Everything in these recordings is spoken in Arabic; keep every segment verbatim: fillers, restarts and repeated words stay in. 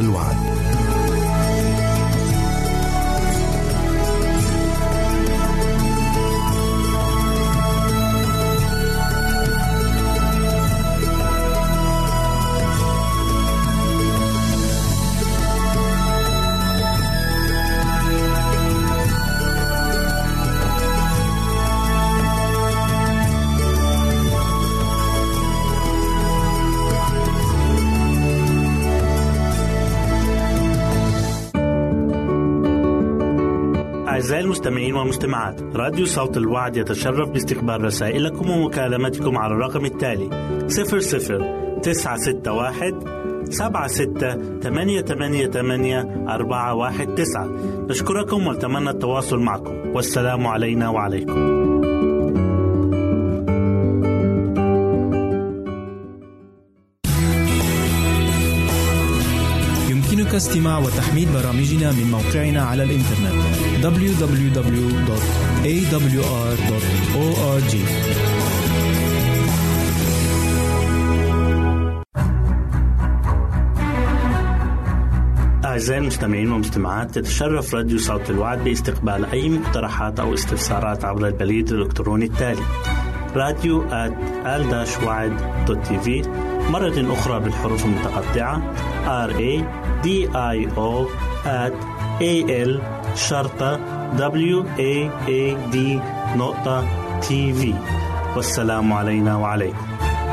الوعد. أعزائي المستمعين والمستمعات، راديو صوت الوعد يتشرف باستقبال رسائلكم ومكالمتكم على الرقم التالي صفر صفر تسعة ستة واحد سبعة ستة ثمانية ثمانية ثمانية أربعة واحد تسعة. نشكركم ونتمنى التواصل معكم، والسلام علينا وعليكم. يمكنك استماع وتحميل برامجنا من موقعنا على الإنترنت دبليو دبليو دبليو دوت إيه دبليو آر دوت أو آر جي. أعزائي المستمعين والمستمعات، تتشرف راديو صوت الوعد باستقبال أي مقترحات أو استفسارات عبر البريد الإلكتروني التالي راديو آت آل وعد دوت تي في، مرة أخرى بالحروف المتقطعة R A D I O at A L شرطة W A A D نقطة تي في. والسلام علينا وعليكم.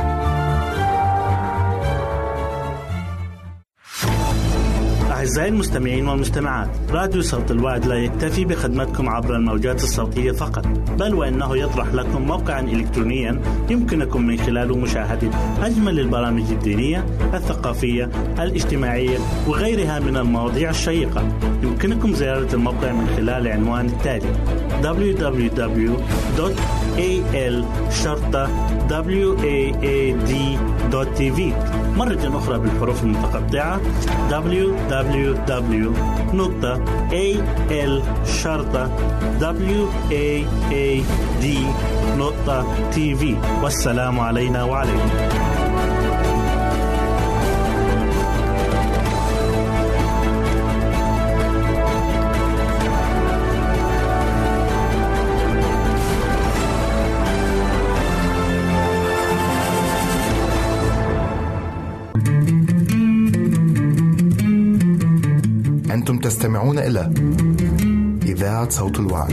أعزائي المستمعين والمستمعات، راديو صوت الوعد لا يكتفي بخدمتكم عبر الموجات الصوتية فقط، بل وإنه يطرح لكم موقعا إلكترونيا يمكنكم من خلاله مشاهدة أجمل البرامج الدينية، الثقافية، الاجتماعية وغيرها من المواضيع الشيقة. يمكنكم زيارة الموقع من خلال العنوان التالي دبليو دبليو دبليو دوت إيه إل شرطة W A A D دوت تي في، مرة أخرى بالحروف المتقطعة دبليو دبليو دبليو دوت إيه إل شرطة W A A D دوت تي في. والسلام علينا وعليكم. أنتم تستمعون إلى إذاعة صوت الوعد.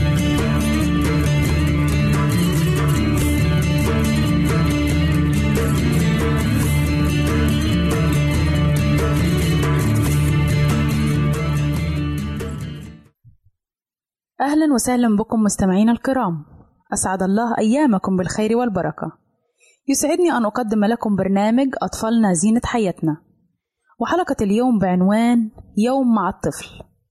أهلا وسهلا بكم مستمعين الكرام، أسعد الله أيامكم بالخير والبركة. يسعدني أن أقدم لكم برنامج أطفالنا زينة حياتنا، وحلقة اليوم بعنوان يوم مع الطفل.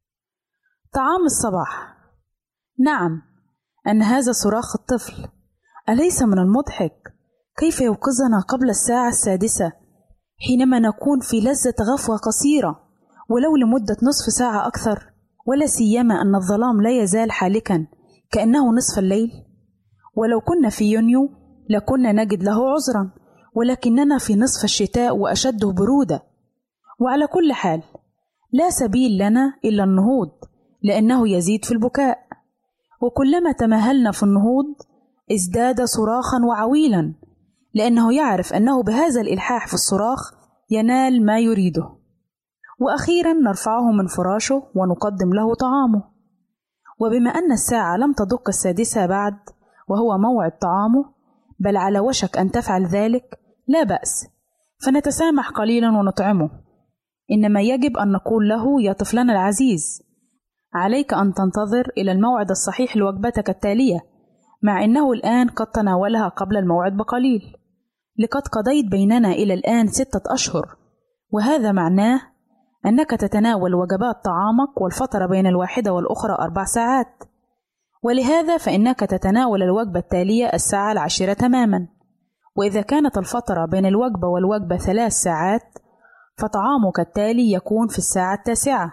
طعام الصباح. نعم، أن هذا صراخ الطفل. أليس من المضحك كيف يوقظنا قبل الساعة السادسة حينما نكون في لذة غفوة قصيرة ولو لمدة نصف ساعة أكثر، ولا سيما أن الظلام لا يزال حالكا كأنه نصف الليل؟ ولو كنا في يونيو لكنا نجد له عذرا، ولكننا في نصف الشتاء وأشده برودة. وعلى كل حال لا سبيل لنا إلا النهوض، لأنه يزيد في البكاء، وكلما تمهلنا في النهوض ازداد صراخا وعويلا، لأنه يعرف أنه بهذا الإلحاح في الصراخ ينال ما يريده. وأخيرا نرفعه من فراشه ونقدم له طعامه. وبما أن الساعة لم تدق السادسة بعد وهو موعد طعامه، بل على وشك أن تفعل ذلك، لا بأس، فنتسامح قليلا ونطعمه. إنما يجب أن نقول له: يا طفلنا العزيز، عليك أن تنتظر إلى الموعد الصحيح لوجبتك التالية، مع أنه الآن قد تناولها قبل الموعد بقليل، لقد قضيت بيننا إلى الآن ستة أشهر، وهذا معناه أنك تتناول وجبات طعامك والفترة بين الواحدة والأخرى أربع ساعات، ولهذا فإنك تتناول الوجبة التالية الساعة العاشرة تماما. وإذا كانت الفترة بين الوجبة والوجبة ثلاث ساعات، فطعامك التالي يكون في الساعة التاسعة.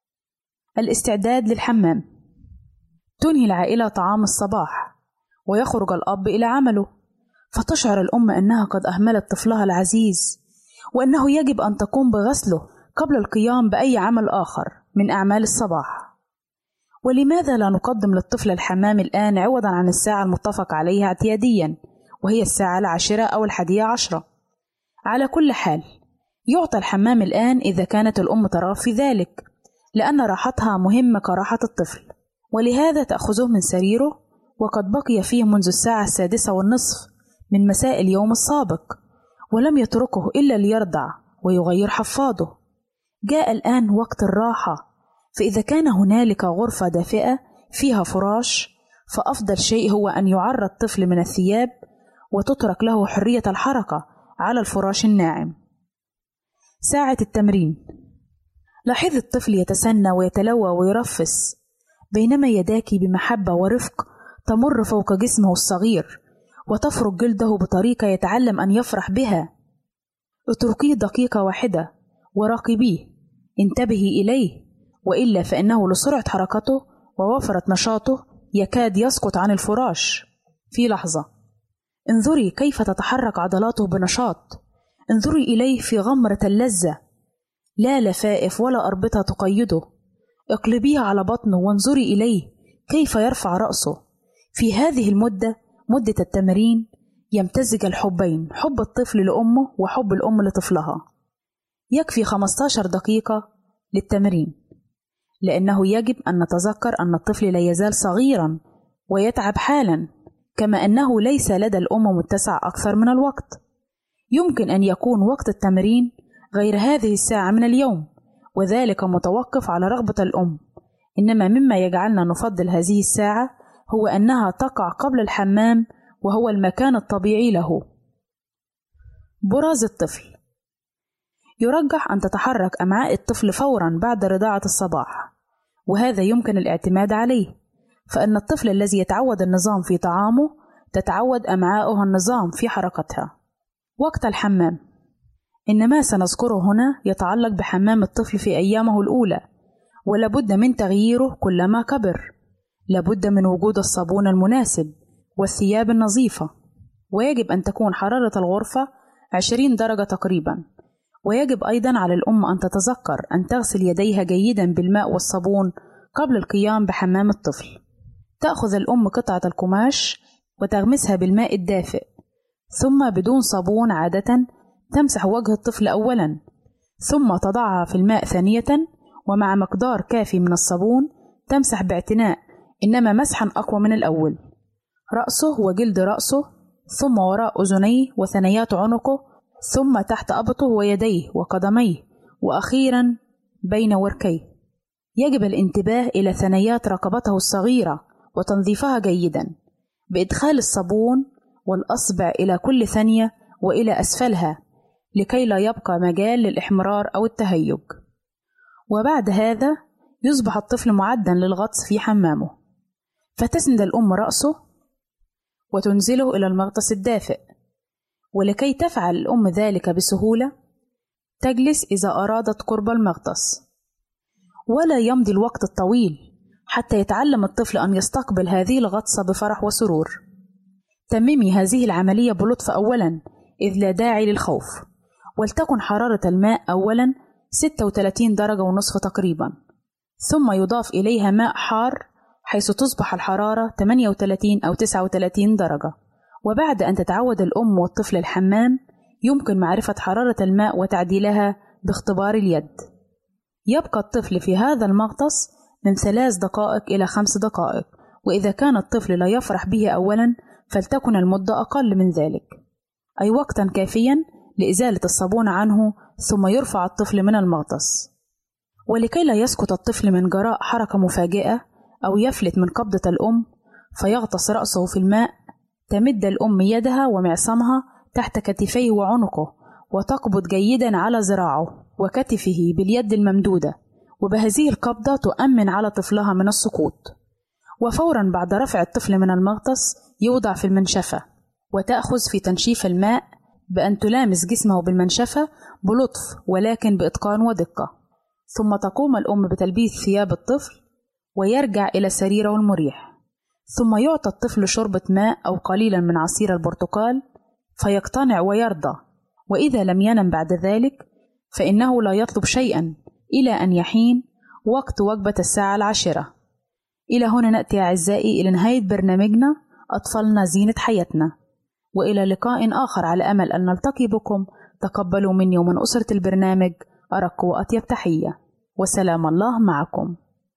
الاستعداد للحمام. تنهي العائلة طعام الصباح ويخرج الأب إلى عمله، فتشعر الأم أنها قد أهملت طفلها العزيز، وأنه يجب أن تقوم بغسله قبل القيام بأي عمل آخر من أعمال الصباح. ولماذا لا نقدم للطفل الحمام الآن عوضا عن الساعة المتفق عليها اعتياديا، وهي الساعة العاشرة أو الحادية عشرة؟ على كل حال يعطى الحمام الآن إذا كانت الأم ترغب في ذلك، لأن راحتها مهمة كراحة الطفل، ولهذا تأخذه من سريره وقد بقي فيه منذ الساعة السادسة والنصف من مساء اليوم السابق، ولم يتركه إلا ليرضع ويغير حفاضه. جاء الآن وقت الراحة، فإذا كان هنالك غرفة دافئة فيها فراش، فأفضل شيء هو أن يعرى الطفل من الثياب وتترك له حرية الحركة على الفراش الناعم. ساعة التمرين. لاحظ الطفل يتسنى ويتلوى ويرفس، بينما يداك بمحبة ورفق تمر فوق جسمه الصغير وتفرك جلده بطريقة يتعلم أن يفرح بها. اتركيه دقيقة واحدة وراقبيه، انتبهي إليه، وإلا فإنه لسرعة حركته ووفرة نشاطه يكاد يسقط عن الفراش في لحظة. انظري كيف تتحرك عضلاته بنشاط، انظري إليه في غمرة اللذة، لا لفائف ولا أربطة تقيده. اقلبيه على بطنه وانظري إليه كيف يرفع رأسه. في هذه المدة، مدة التمرين، يمتزج الحبين، حب الطفل لأمه وحب الأم لطفلها. يكفي خمسة عشر دقيقة للتمرين، لأنه يجب أن نتذكر أن الطفل لا يزال صغيرا ويتعب حالا، كما أنه ليس لدى الأم متسع أكثر من الوقت. يمكن أن يكون وقت التمرين غير هذه الساعة من اليوم، وذلك متوقف على رغبة الأم، إنما مما يجعلنا نفضل هذه الساعة هو أنها تقع قبل الحمام، وهو المكان الطبيعي له. براز الطفل. يرجح أن تتحرك أمعاء الطفل فورا بعد رضاعة الصباح، وهذا يمكن الاعتماد عليه، فإن الطفل الذي يتعود النظام في طعامه تتعود أمعاؤه النظام في حركتها. وقت الحمام. إن ما سنذكره هنا يتعلق بحمام الطفل في أيامه الأولى، ولابد من تغييره كلما كبر. لابد من وجود الصابون المناسب والثياب النظيفة، ويجب أن تكون حرارة الغرفة عشرين درجة تقريبا. ويجب أيضا على الأم أن تتذكر أن تغسل يديها جيدا بالماء والصابون قبل القيام بحمام الطفل. تأخذ الأم قطعة القماش وتغمسها بالماء الدافئ، ثم بدون صابون عادة تمسح وجه الطفل أولا، ثم تضعها في الماء ثانية، ومع مقدار كافي من الصابون تمسح باعتناء، إنما مسحا أقوى من الأول، رأسه وجلد رأسه، ثم وراء أذنيه وثنيات عنقه، ثم تحت أبطه ويديه وقدميه، وأخيرا بين وركيه. يجب الانتباه إلى ثنيات رقبته الصغيرة وتنظيفها جيدا بإدخال الصابون والأصبع إلى كل ثانية وإلى أسفلها، لكي لا يبقى مجال للإحمرار أو التهيج. وبعد هذا يصبح الطفل معدا للغطس في حمامه، فتسند الأم رأسه وتنزله إلى المغطس الدافئ. ولكي تفعل الأم ذلك بسهولة تجلس إذا أرادت قرب المغطس، ولا يمضي الوقت الطويل حتى يتعلم الطفل أن يستقبل هذه الغطسة بفرح وسرور. تممي هذه العملية بلطف أولا، إذ لا داعي للخوف، ولتكن حرارة الماء أولا ستة وثلاثين درجة ونصف تقريبا، ثم يضاف إليها ماء حار حيث تصبح الحرارة ثمانية وثلاثين أو تسعة وثلاثين درجة. وبعد أن تتعود الأم والطفل الحمام، يمكن معرفة حرارة الماء وتعديلها باختبار اليد. يبقى الطفل في هذا المغطس من ثلاث دقائق إلى خمس دقائق، وإذا كان الطفل لا يفرح به أولا فلتكن المدة أقل من ذلك، أي وقتا كافيا لإزالة الصابون عنه، ثم يرفع الطفل من المغطس. ولكي لا يسقط الطفل من جراء حركة مفاجئة أو يفلت من قبضة الأم فيغطس رأسه في الماء، تمد الأم يدها ومعصمها تحت كتفيه وعنقه، وتقبض جيدا على ذراعه وكتفه باليد الممدودة، وبهذه القبضة تؤمن على طفلها من السقوط. وفورا بعد رفع الطفل من المغطس يوضع في المنشفة، وتأخذ في تنشيف الماء بأن تلامس جسمه بالمنشفة بلطف ولكن بإتقان ودقة. ثم تقوم الأم بتلبيس ثياب الطفل ويرجع إلى سريره المريح، ثم يعطى الطفل شربة ماء أو قليلا من عصير البرتقال فيقتنع ويرضى. وإذا لم ينم بعد ذلك فإنه لا يطلب شيئا إلى أن يحين وقت وجبة الساعة العاشرة. إلى هنا نأتي أعزائي إلى نهاية برنامجنا أطفالنا زينة حياتنا، وإلى لقاء آخر على أمل أن نلتقي بكم. تقبلوا مني ومن أسرة البرنامج أرق وأطيب تحية، وسلام الله معكم.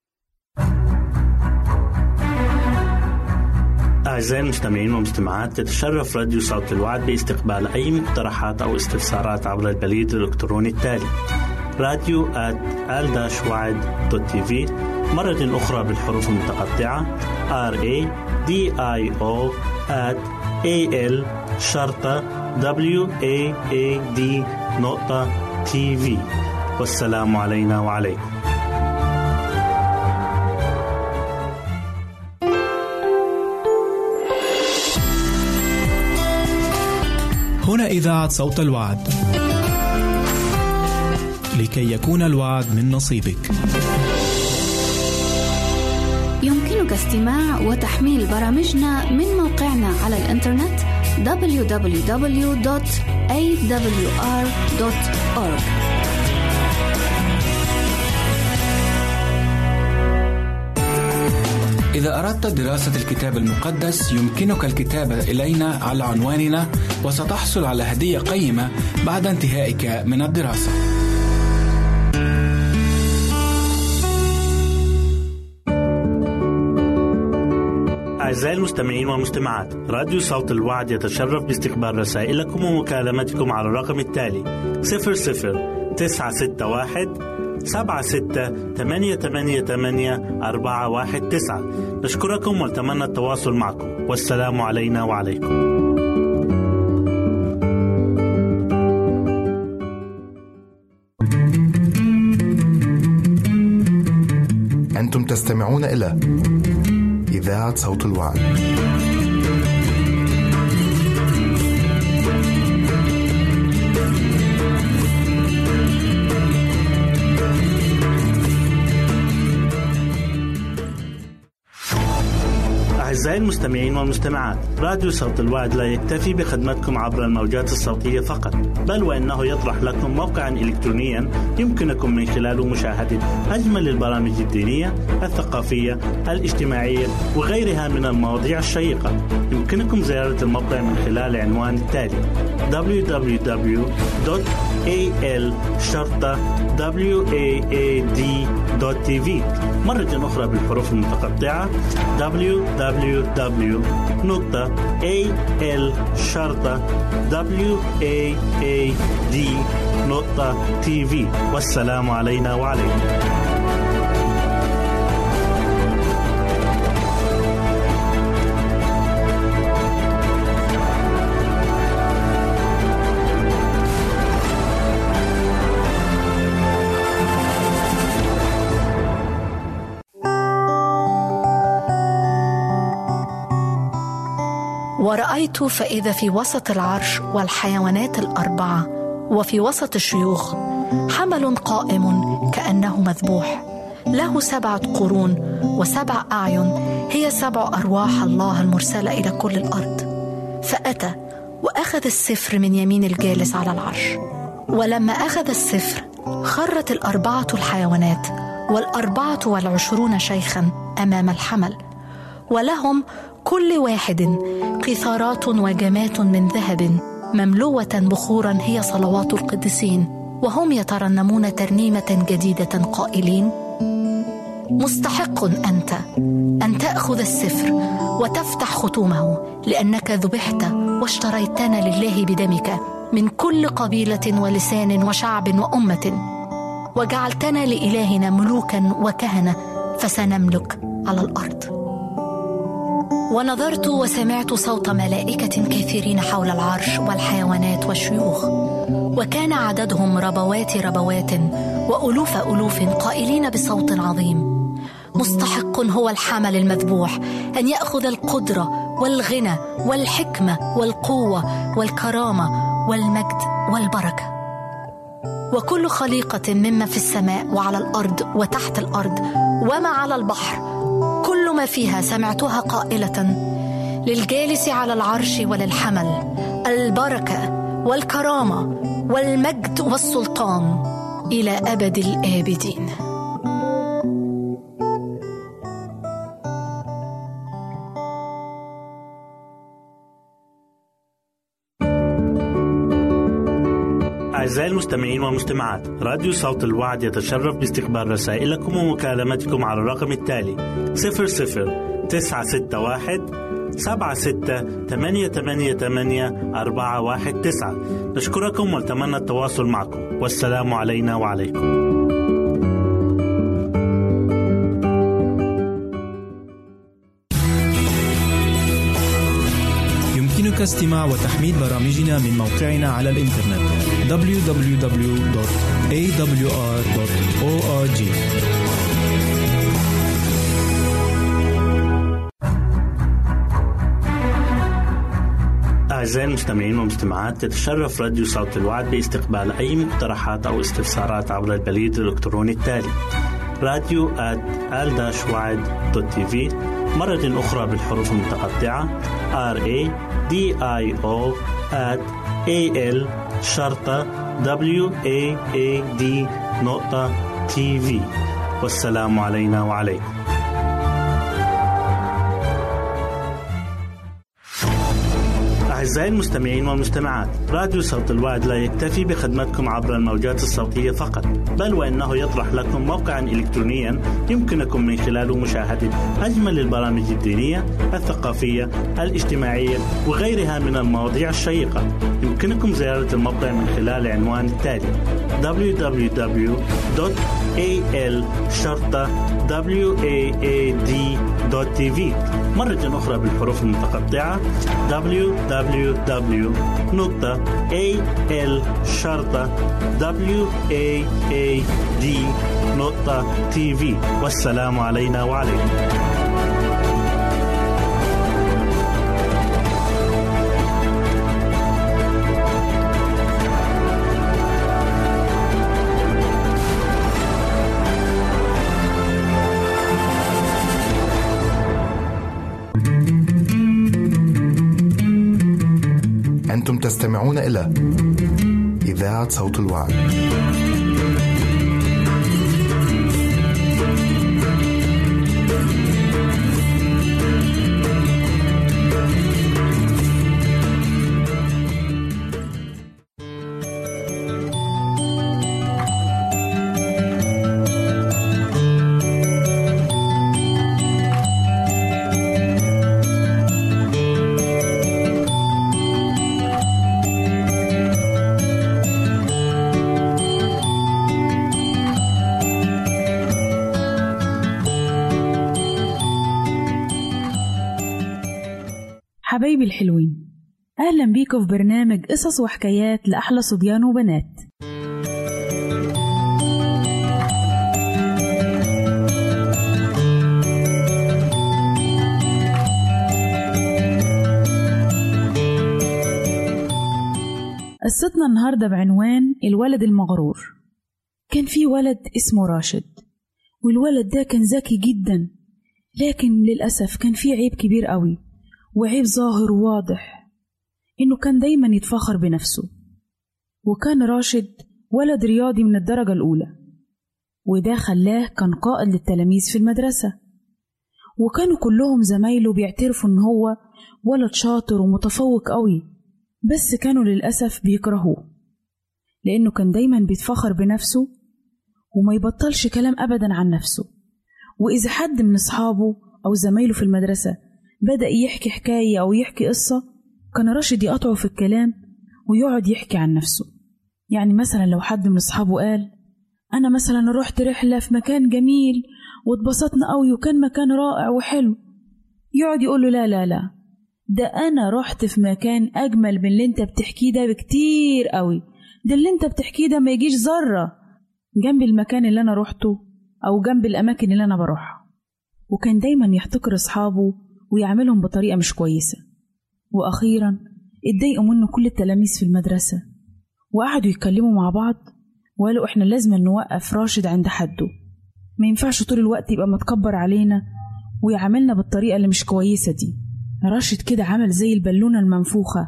أعزائي المستمعين والمستمعات، تتشرف راديو صوت الوعد باستقبال أي مقترحات أو استفسارات عبر البريد الإلكتروني التالي راديو آت آل وعد دوت تي في، مرة أخرى بالحروف المتقطعة راديو آت آل شرطة واد نقطة تي في. والسلام علينا وعليكم. هنا إذاعة صوت الوعد، لكي يكون الوعد من نصيبك. يمكنك استماع وتحميل برامجنا من موقعنا على الإنترنت دبليو دبليو دبليو دوت إيه دبليو آر دوت أورج. إذا أردت دراسة الكتاب المقدس يمكنك الكتابة إلينا على عنواننا، وستحصل على هدية قيمة بعد انتهائك من الدراسة. أعزائي المستمعين والمستمعات، راديو صوت الوعد يتشرف باستقبال رسائلكم ومكالمتكم على الرقم التالي صفر صفر تسعة ستة واحد سبعة ستة ثمانية ثمانية ثمانية أربعة واحد تسعة. نشكركم ونتمنى التواصل معكم، والسلام علينا وعليكم. أنتم تستمعون إلى إذاعة صوت الوعد. أعزائي المستمعين والمستمعات، راديو صوت الوعد لا يكتفي بخدمتكم عبر الموجات الصوتية فقط، بل وإنه يطرح لكم موقعا إلكترونيا يمكنكم من خلاله مشاهدة أجمل البرامج الدينية، الثقافية، الاجتماعية وغيرها من المواضيع الشيقة. يمكنكم زيارة الموقع من خلال العنوان التالي دبليو دبليو دبليو دوت إيه إل شرطة واد دوت تي في، مرة أخرى بالحروف المتقطعة دبليو دبليو دبليو دوت إيه إل شرطة واد دوت تي في. والسلام علينا وعليكم. ورأيت فإذا في وسط العرش والحيوانات الأربعة وفي وسط الشيوخ حمل قائم كأنه مذبوح، له سبعة قرون وسبع أعين، هي سبع أرواح الله المرسلة إلى كل الأرض. فأتى وأخذ السفر من يمين الجالس على العرش، ولما أخذ السفر خرت الأربعة الحيوانات والأربعة والعشرون شيخا أمام الحمل، ولهم كل واحد قيثارات وجمات من ذهب مملوءة بخورا، هي صلوات القديسين، وهم يترنمون ترنيمة جديدة قائلين: مستحق أنت أن تأخذ السفر وتفتح ختومه، لأنك ذبحت واشتريتنا لله بدمك من كل قبيلة ولسان وشعب وأمة، وجعلتنا لإلهنا ملوكا وكهنة، فسنملك على الأرض. ونظرت وسمعت صوت ملائكة كثيرين حول العرش والحيوانات والشيوخ، وكان عددهم ربوات ربوات وألوف ألوف، قائلين بصوت عظيم: مستحق هو الحمل المذبوح أن يأخذ القدرة والغنى والحكمة والقوة والكرامة والمجد والبركة. وكل خليقة مما في السماء وعلى الأرض وتحت الأرض وما على البحر، كل ما فيها سمعتها قائلة: للجالس على العرش وللحمل البركة والكرامة والمجد والسلطان إلى أبد الآبدين. أعزائي المستمعين والمستمعات، راديو صوت الوعد يتشرف باستقبال رسائلكم ومكالمتكم على الرقم التالي صفر صفر تسعة ستة واحد سبعة ستة ثمانية ثمانية ثمانية أربعة واحد تسعة. نشكركم ونتمنى التواصل معكم، والسلام علينا وعليكم. يمكنك استماع وتحميل برامجنا من موقعنا على الإنترنت دبليو دبليو دبليو دوت إيه دبليو آر دوت أو آر جي. أعزائي المستمعين والمستمعات، تتشرف راديو صوت الوعد باستقبال أي مقترحات أو استفسارات عبر البريد الإلكتروني التالي راديو آت آل وعد دوت تي في، مرة أخرى بالحروف المتقطعة آر إيه دي آي أو آت إيه إل شرطة دبليو إيه إيه دي نقطة تي في. والسلام علينا وعليكم. أعزائي المستمعين والمستمعات، راديو صوت الوعد لا يكتفي بخدمتكم عبر الموجات الصوتية فقط، بل وإنه يطرح لكم موقعا إلكترونيا يمكنكم من خلاله مشاهدة أجمل البرامج الدينية، الثقافية، الاجتماعية وغيرها من المواضيع الشيقة. يمكنكم زيارة الموقع من خلال العنوان التالي دبليو دبليو دبليو دوت إيه إل شرطة واد دوت تي في، مرة أخرى بالحروف المتقطعة دبليو دبليو دبليو دوت إيه إل شرطة واد دوت تي في. والسلام علينا وعليكم. أنتم تستمعون إلى إذاعة صوت الوعد. حبايبي الحلوين، أهلا بيكم في برنامج قصص وحكايات لأحلى صبيان وبنات. قصتنا النهاردة بعنوان الولد المغرور. كان في ولد اسمه راشد، والولد ده كان ذكي جدا، لكن للأسف كان في عيب كبير قوي، وعيب ظاهر وواضح، إنه كان دايما يتفاخر بنفسه. وكان راشد ولد رياضي من الدرجة الأولى، وده خلاه كان قائد للتلاميذ في المدرسة، وكانوا كلهم زمايله بيعترفوا إن هو ولد شاطر ومتفوق قوي، بس كانوا للأسف بيكرهوه لأنه كان دايما بيتفاخر بنفسه وما يبطلش كلام أبدا عن نفسه. وإذا حد من أصحابه أو زمايله في المدرسة بدأ يحكي حكاية أو يحكي قصة، كان راشد يقطعه في الكلام ويقعد يحكي عن نفسه. يعني مثلا لو حد من أصحابه قال أنا مثلا رحت رحلة في مكان جميل واتبسطنا قوي وكان مكان رائع وحلو، يقعد يقول له لا لا لا، ده أنا رحت في مكان أجمل من اللي أنت بتحكيه ده بكتير قوي، ده اللي أنت بتحكيه ده ما يجيش ذرة جنب المكان اللي أنا رحته أو جنب الأماكن اللي أنا بروحها. وكان دايما يحتقر أصحابه ويعملهم بطريقة مش كويسة. وأخيرا اتضايقوا منه كل التلاميذ في المدرسة، وقعدوا يتكلموا مع بعض وقالوا إحنا لازم نوقف راشد عند حده، ما ينفعش طول الوقت يبقى متكبر علينا ويعاملنا بالطريقة اللي مش كويسة دي. راشد كده عمل زي البالونة المنفوخة،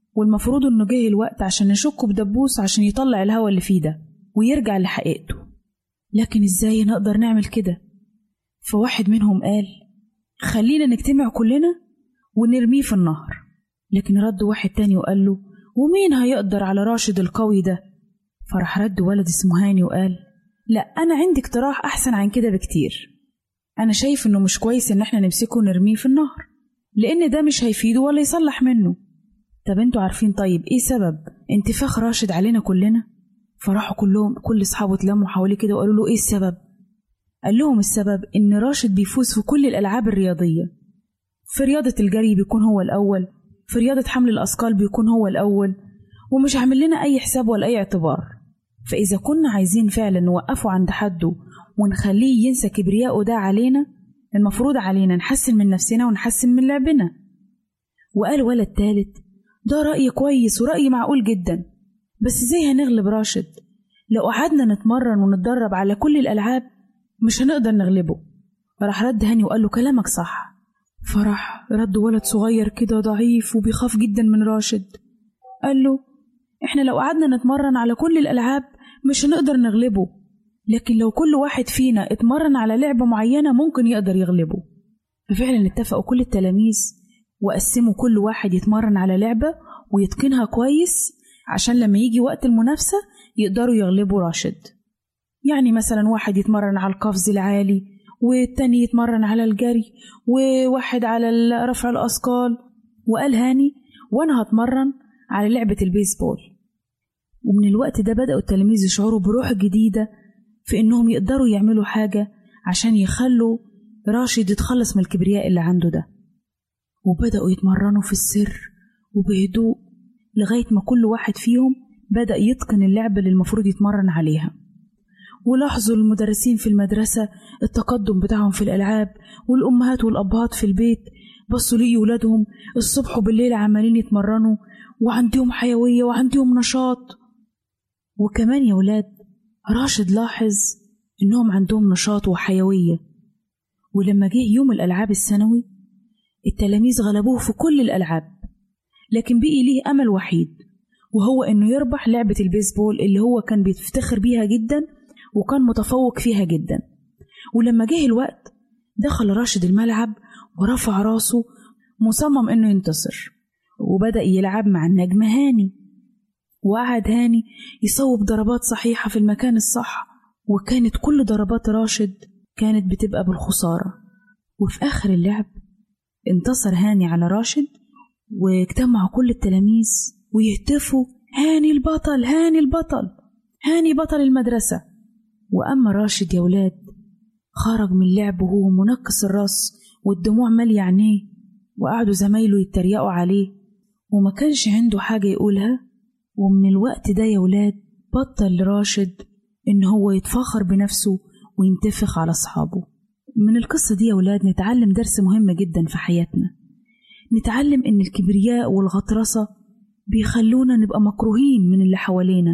والمفروض إنه جه الوقت عشان نشكه بدبوس عشان يطلع الهوا اللي فيه ده ويرجع لحقيقته. لكن إزاي نقدر نعمل كده؟ فواحد منهم قال خلينا نجتمع كلنا ونرميه في النهر. لكن رد واحد تاني وقال له ومين هيقدر على راشد القوي ده؟ فراح رد ولد اسمه هاني وقال لا، أنا عندي اقتراح أحسن عن كده بكتير. أنا شايف إنه مش كويس إن احنا نمسكه ونرميه في النهر، لأن ده مش هيفيده ولا يصلح منه. طب انتوا عارفين طيب إيه سبب انتفاخ راشد علينا كلنا؟ فراحوا كلهم كل أصحابه اتلموا حواليه كده وقالوا له إيه السبب؟ قال لهم السبب إن راشد بيفوز في كل الألعاب الرياضية. في رياضة الجري بيكون هو الأول، في رياضة حمل الأثقال بيكون هو الأول، ومش عامل لنا أي حساب ولا أي اعتبار. فإذا كنا عايزين فعلا نوقفه عند حده ونخليه ينسى كبرياءه ده علينا، المفروض علينا نحسن من نفسنا ونحسن من لعبنا. وقال ولد تالت ده رأي كويس ورأي معقول جدا، بس ازاي هنغلب راشد؟ لو قعدنا نتمرن ونتدرب على كل الألعاب مش هنقدر نغلبه. راح رد هاني وقال له كلامك صح. فرح رد ولد صغير كده ضعيف وبيخاف جدا من راشد، قال له احنا لو قعدنا نتمرن على كل الألعاب مش هنقدر نغلبه، لكن لو كل واحد فينا اتمرن على لعبة معينة ممكن يقدر يغلبه. ففعلا اتفقوا كل التلاميذ وقسموا كل واحد يتمرن على لعبة ويتقنها كويس عشان لما يجي وقت المنافسة يقدروا يغلبوا راشد. يعني مثلا واحد يتمرن على القفز العالي، والتاني يتمرن على الجري، وواحد على رفع الأثقال. وقال هاني وانا هتمرن على لعبة البيسبول. ومن الوقت ده بدأوا التلاميذ يشعروا بروح جديدة في انهم يقدروا يعملوا حاجة عشان يخلوا راشد يتخلص من الكبرياء اللي عنده ده. وبدأوا يتمرنوا في السر وبهدوء لغاية ما كل واحد فيهم بدأ يتقن اللعبة اللي المفروض يتمرن عليها. ولاحظوا المدرسين في المدرسة التقدم بتاعهم في الألعاب، والأمهات والأبهات في البيت بصوا لي ولادهم الصبح وبالليل عمالين يتمرنوا وعندهم حيوية وعندهم نشاط. وكمان يا ولاد راشد لاحظ إنهم عندهم نشاط وحيوية. ولما جه يوم الألعاب السنوي التلاميذ غلبوه في كل الألعاب، لكن بقي ليه أمل وحيد، وهو إنه يربح لعبة البيسبول اللي هو كان بيفتخر بيها جدا وكان متفوق فيها جدا. ولما جه الوقت دخل راشد الملعب ورفع راسه مصمم إنه ينتصر، وبدأ يلعب مع النجم هاني. وقعد هاني يصوب ضربات صحيحة في المكان الصح، وكانت كل ضربات راشد كانت بتبقى بالخسارة. وفي آخر اللعب انتصر هاني على راشد، واجتمعوا كل التلاميذ ويهتفوا هاني البطل، هاني البطل، هاني بطل المدرسة. وأما راشد يا ولاد خرج من اللعب وهو منكس الراس والدموع مالية عينيه، وقعدوا زمايله يتريقوا عليه وما كانش عنده حاجة يقولها. ومن الوقت ده يا ولاد بطل راشد إن هو يتفاخر بنفسه وينتفخ على أصحابه. من القصة دي يا ولاد نتعلم درس مهم جدا في حياتنا، نتعلم إن الكبرياء والغطرسة بيخلونا نبقى مكروهين من اللي حوالينا.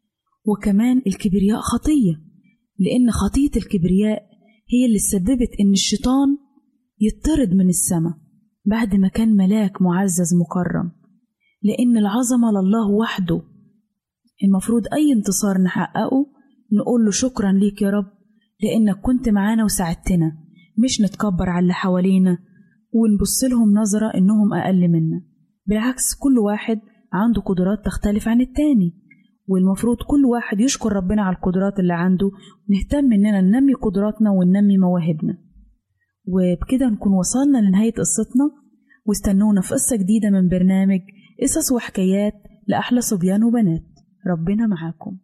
وكمان الكبرياء خطية، لأن خطية الكبرياء هي اللي سببت إن الشيطان يطرد من السماء بعد ما كان ملاك معزز مكرم. لأن العظمة لله وحده، المفروض أي انتصار نحققه نقول له شكرا ليك يا رب لأنك كنت معانا وساعدتنا، مش نتكبر على اللي حوالينا ونبص لهم نظرة إنهم أقل منا. بالعكس كل واحد عنده قدرات تختلف عن التاني، والمفروض كل واحد يشكر ربنا على القدرات اللي عنده، ونهتم إننا ننمي قدراتنا وننمي مواهبنا. وبكده نكون وصلنا لنهاية قصتنا، واستنونا في قصة جديدة من برنامج قصص وحكايات لأحلى صبيان وبنات. ربنا معاكم.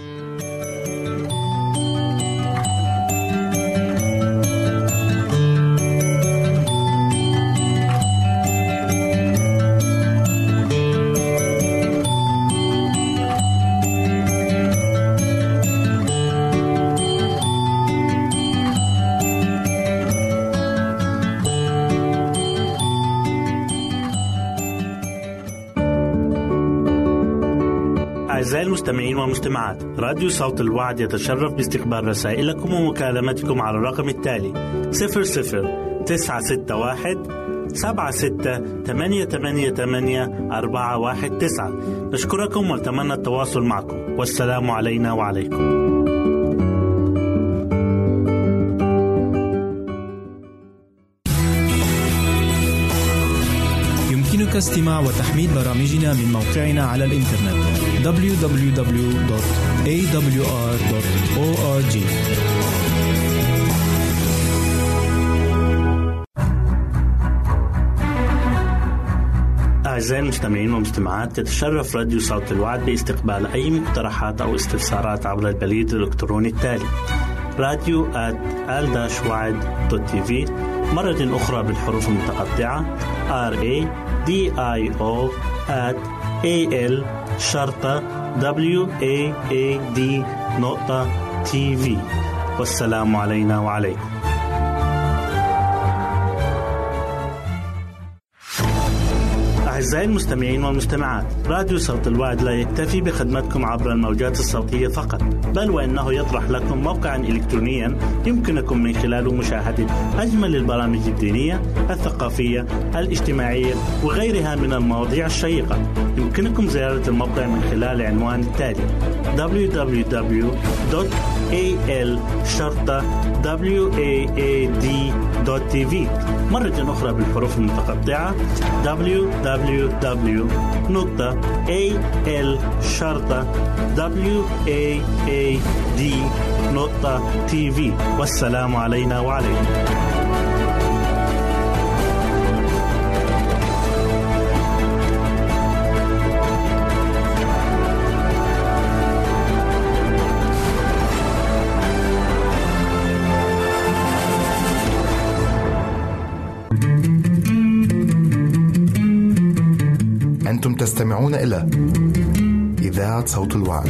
أعزائي المستمعين والمستمعات، راديو صوت الوعد يتشرف باستقبال رسائلكم ومكالمتكم على الرقم التالي صفر صفر تسعة ستة واحد سبعة ستة ثمانية ثمانية ثمانية أربعة واحد تسعة. نشكركم ونتمنى التواصل معكم، والسلام علينا وعليكم. يمكنك استماع وتحميل برامجنا من موقعنا على الإنترنت دبليو دبليو دبليو دوت إيه دبليو آر دوت أو آر جي. أعزائي المستمعين والمستمعات، تتشرف راديو صوت الوعد باستقبال أي مقترحات أو استفسارات عبر البريد الإلكتروني التالي راديو آت آل وعد دوت تي في، مرة أخرى بالحروف المتقطعة آر إيه دي آي أو آت إيه إل شرطة دبليو إيه إيه دي نقطة تي في. والسلام علينا وعليكم. أعزائي المستمعين والمستمعات، راديو صوت الوعد لا يكتفي بخدمتكم عبر الموجات الصوتية فقط، بل وإنه يطرح لكم موقعا إلكترونيا يمكنكم من خلاله مشاهدة أجمل البرامج الدينية، الثقافية، الاجتماعية وغيرها من المواضيع الشيقة. يمكنكم زيارة الموقع من خلال عنوان التالي دبليو دبليو دبليو دوت إيه إل شرطة واد دوت تي في، مرة أخرى بالحروف المتقطعة دبليو دبليو دبليو دوت إيه إل شرطة واد دوت تي في. والسلام علينا وعليكم. أنتم تستمعون إلى إذاعة صوت الوعد.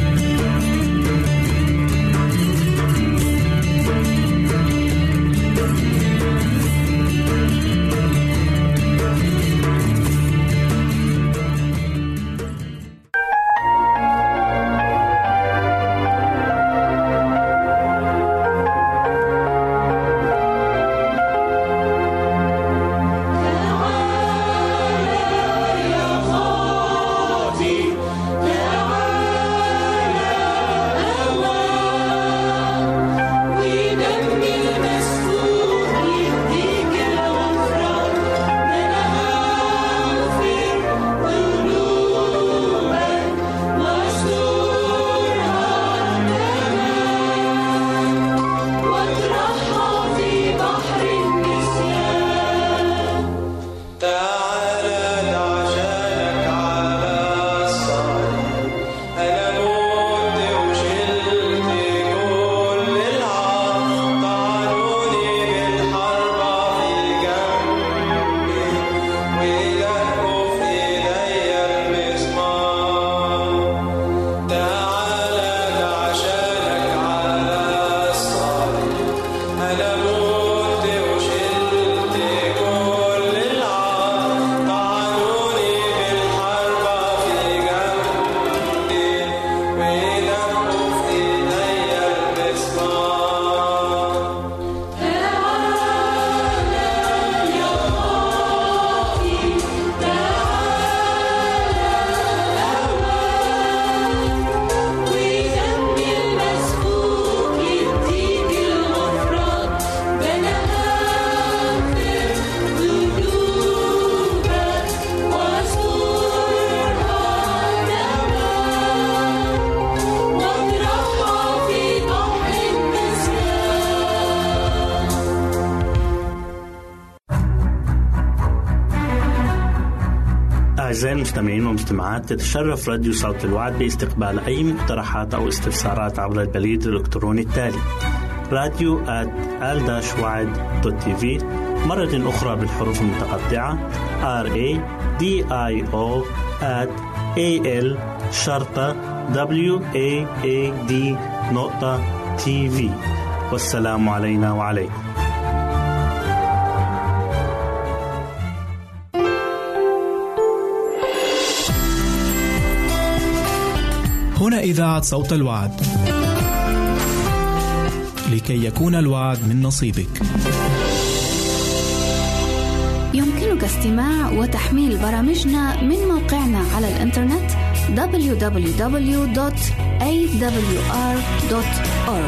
أعزائي المستمعين والمستمعات، تتشرف راديو صوت الوعد باستقبال أي مقترحات أو استفسارات عبر البريد الإلكتروني التالي راديو آت آل وعد دوت تي في، مرة أخرى بالحروف المتقطعة آر إيه دي آي أو آت إيه إل شرطة واد نقطة تي في. والسلام علينا وعليكم. هنا إذاعة صوت الوعد، لكي يكون الوعد من نصيبك. يمكنك يمكنك استماع وتحميل برامجنا من موقعنا على الإنترنت دبليو دبليو دبليو دوت إيه دبليو آر دوت أورج.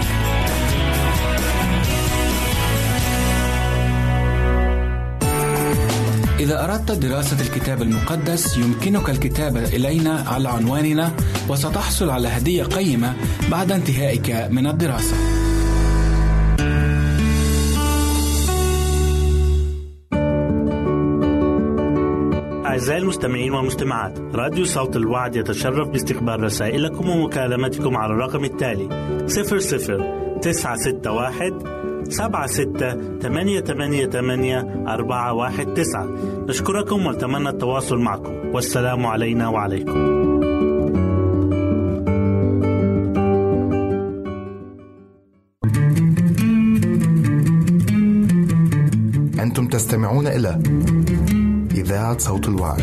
إذا أردت دراسة الكتاب المقدس يمكنك الكتابة إلينا على عنواننا، وستحصل على هدية قيمة بعد انتهائك من الدراسة. أعزائي المستمعين والمستمعات، راديو صوت الوعد يتشرف باستقبال رسائلكم ومكالمتكم على الرقم التالي صفر صفر تسعة ستة واحد سبعة ستة ثمانية ثمانية ثمانية أربعة واحد تسعة. نشكركم ونتمنى التواصل معكم، والسلام علينا وعليكم. أنتم تستمعون إلى إذاعة صوت الوعد.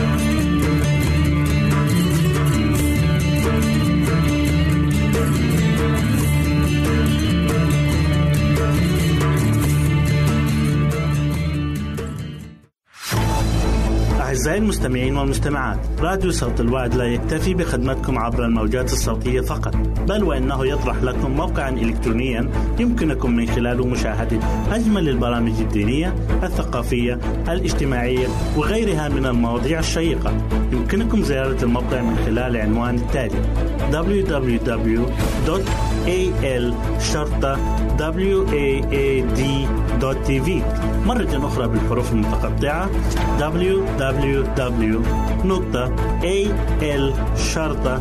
أعزائي المستمعين والمستمعات، راديو صوت الوعد لا يكتفي بخدمتكم عبر الموجات الصوتية فقط، بل وإنه يطرح لكم موقعا إلكترونيا يمكنكم من خلاله مشاهدة أجمل البرامج الدينية، الثقافية، الاجتماعية وغيرها من المواضيع الشيقة. يمكنكم زيارة الموقع من خلال عنوان التالي دبليو دبليو دبليو دوت إيه إل شرطة واد دوت تي في. مرة أخرى بالحروف المتقطعة دبليو دبليو دبليو دوت إيه إل شرطة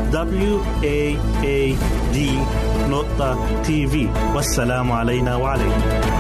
واد دوت تي في. والسلام علينا وعليكم.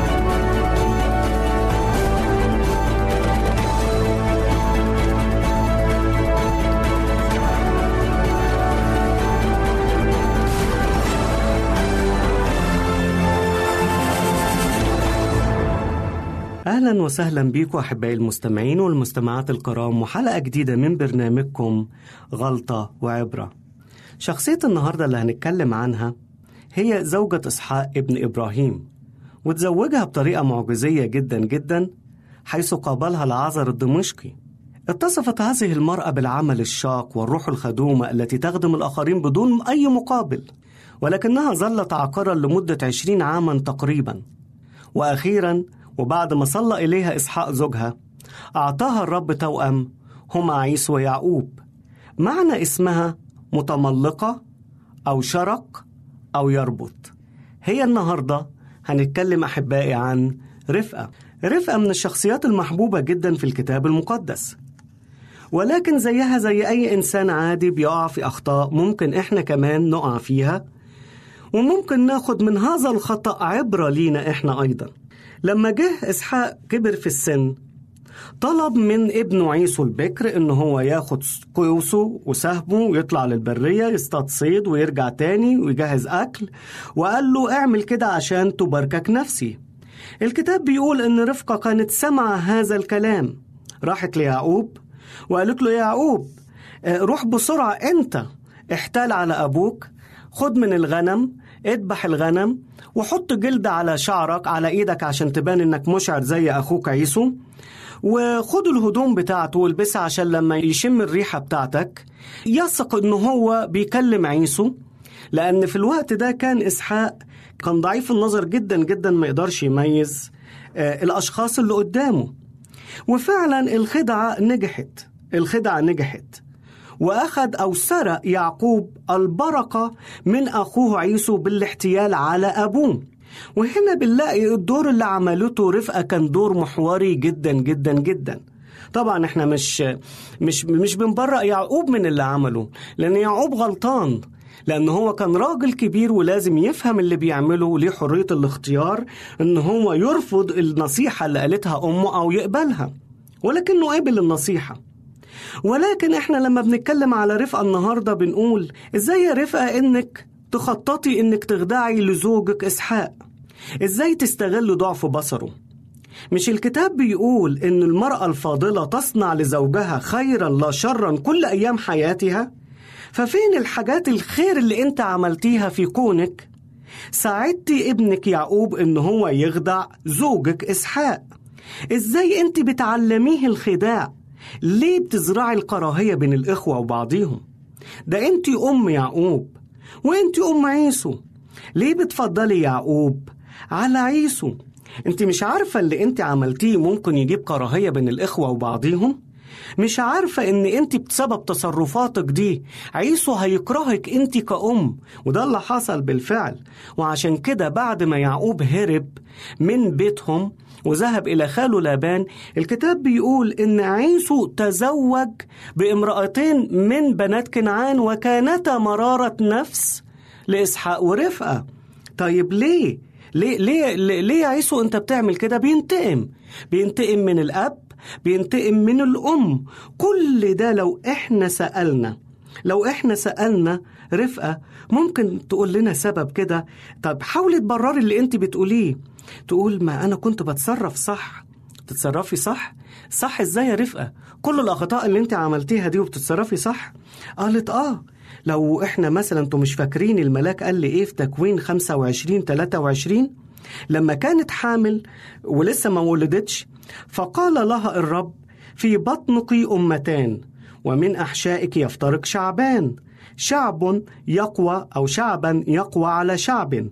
أهلا وسهلا بكم أحبائي المستمعين والمستمعات الكرام، وحلقة جديدة من برنامجكم غلطة وعبرة. شخصية النهاردة اللي هنتكلم عنها هي زوجة إسحاق ابن إبراهيم، وتزوجها بطريقة معجزية جدا جدا، حيث قابلها العازر الدمشقي. اتصفت هذه المرأة بالعمل الشاق والروح الخدومة التي تخدم الآخرين بدون أي مقابل، ولكنها ظلت عاقرا لمدة عشرين عاما تقريبا. وأخيرا وبعد ما صلى إليها إسحاق زوجها، أعطاها الرب توأم هما عيسو ويعقوب. معنى اسمها متملقة أو شرق أو يربط. هي النهاردة هنتكلم أحبائي عن رفقة. رفقة من الشخصيات المحبوبة جدا في الكتاب المقدس، ولكن زيها زي أي إنسان عادي بيقع في أخطاء ممكن إحنا كمان نقع فيها، وممكن ناخد من هذا الخطأ عبرة لينا إحنا أيضا. لما جه إسحاق كبر في السن، طلب من ابنه عيسو البكر إنه هو ياخد قوسه وسهمه ويطلع للبرية يصطاد صيد ويرجع تاني ويجهز أكل، وقال له اعمل كده عشان تباركك نفسي. الكتاب بيقول إن رفقة كانت سمع هذا الكلام، راحت ليعقوب وقالت له: يا يعقوب روح بسرعة، أنت احتال على أبوك، خد من الغنم، اذبح الغنم وحط جلد على شعرك على ايدك عشان تبان انك مشعر زي اخوك عيسو، وخد الهدوم بتاعته والبسها عشان لما يشم الريحة بتاعتك يثق انه هو بيكلم عيسو. لان في الوقت ده كان اسحاق كان ضعيف النظر جدا جدا، ما يقدرش يميز آه الاشخاص اللي قدامه. وفعلا الخدعة نجحت، الخدعة نجحت وأخذ أو سرق يعقوب البركة من أخوه عيسو بالاحتيال على أبوه. وهنا بنلاقي الدور اللي عملته رفقة كان دور محوري جدا جدا جدا. طبعا احنا مش مش مش بنبرأ يعقوب من اللي عمله، لأن يعقوب غلطان، لأن هو كان راجل كبير ولازم يفهم اللي بيعمله وليه حرية الاختيار إن هو يرفض النصيحة اللي قالتها أمه أو يقبلها، ولكنه قبل النصيحة. ولكن احنا لما بنتكلم على رفقة النهاردة بنقول ازاي يا رفقة انك تخططي انك تخدعي لزوجك اسحاق، ازاي تستغل ضعف بصره. مش الكتاب بيقول ان المرأة الفاضلة تصنع لزوجها خيرا لا شرا كل ايام حياتها؟ ففين الحاجات الخير اللي انت عملتيها في كونك ساعدتي ابنك يعقوب ان هو يخدع زوجك اسحاق؟ إزاي أنت بتعلميه الخداع؟ ليه بتزرعي الكراهية بين الإخوة وبعضهم؟ ده أنت أم يعقوب وأنت أم عيسو، ليه بتفضلي يعقوب على عيسو؟ أنت مش عارفة اللي أنت عملتيه ممكن يجيب كراهية بين الإخوة وبعضهم؟ مش عارفة إن أنت بسبب تصرفاتك دي عيسو هيكرهك أنت كأم، وده اللي حصل بالفعل. وعشان كده بعد ما يعقوب هرب من بيتهم وذهب إلى خاله لابان، الكتاب بيقول إن عيسو تزوج بامرأتين من بنات كنعان وكانتا مرارة نفس لإسحاق ورفقة. طيب ليه؟ ليه ليه ليه يا عيسو أنت بتعمل كده؟ بينتقم بينتقم من الأب، بينتقم من الأم. كل ده لو إحنا سألنا لو إحنا سألنا رفقة ممكن تقول لنا سبب كده. طب حاولي تبرري اللي أنت بتقوليه، تقول ما أنا كنت بتصرف صح. تتصرفي صح؟ صح إزاي يا رفقة؟ كل الأخطاء اللي أنت عملتيها دي وبتتصرفي صح؟ قالت آه. لو إحنا مثلا أنتم مش فاكرين الملاك قال لي إيه في تكوين خمسة وعشرين ثلاثة وعشرين لما كانت حامل ولسه ما ولدتش، فقال لها الرب في بطنك أمتان ومن أحشائك يفترق شعبان، شعب يقوى أو شعبا يقوى على شعب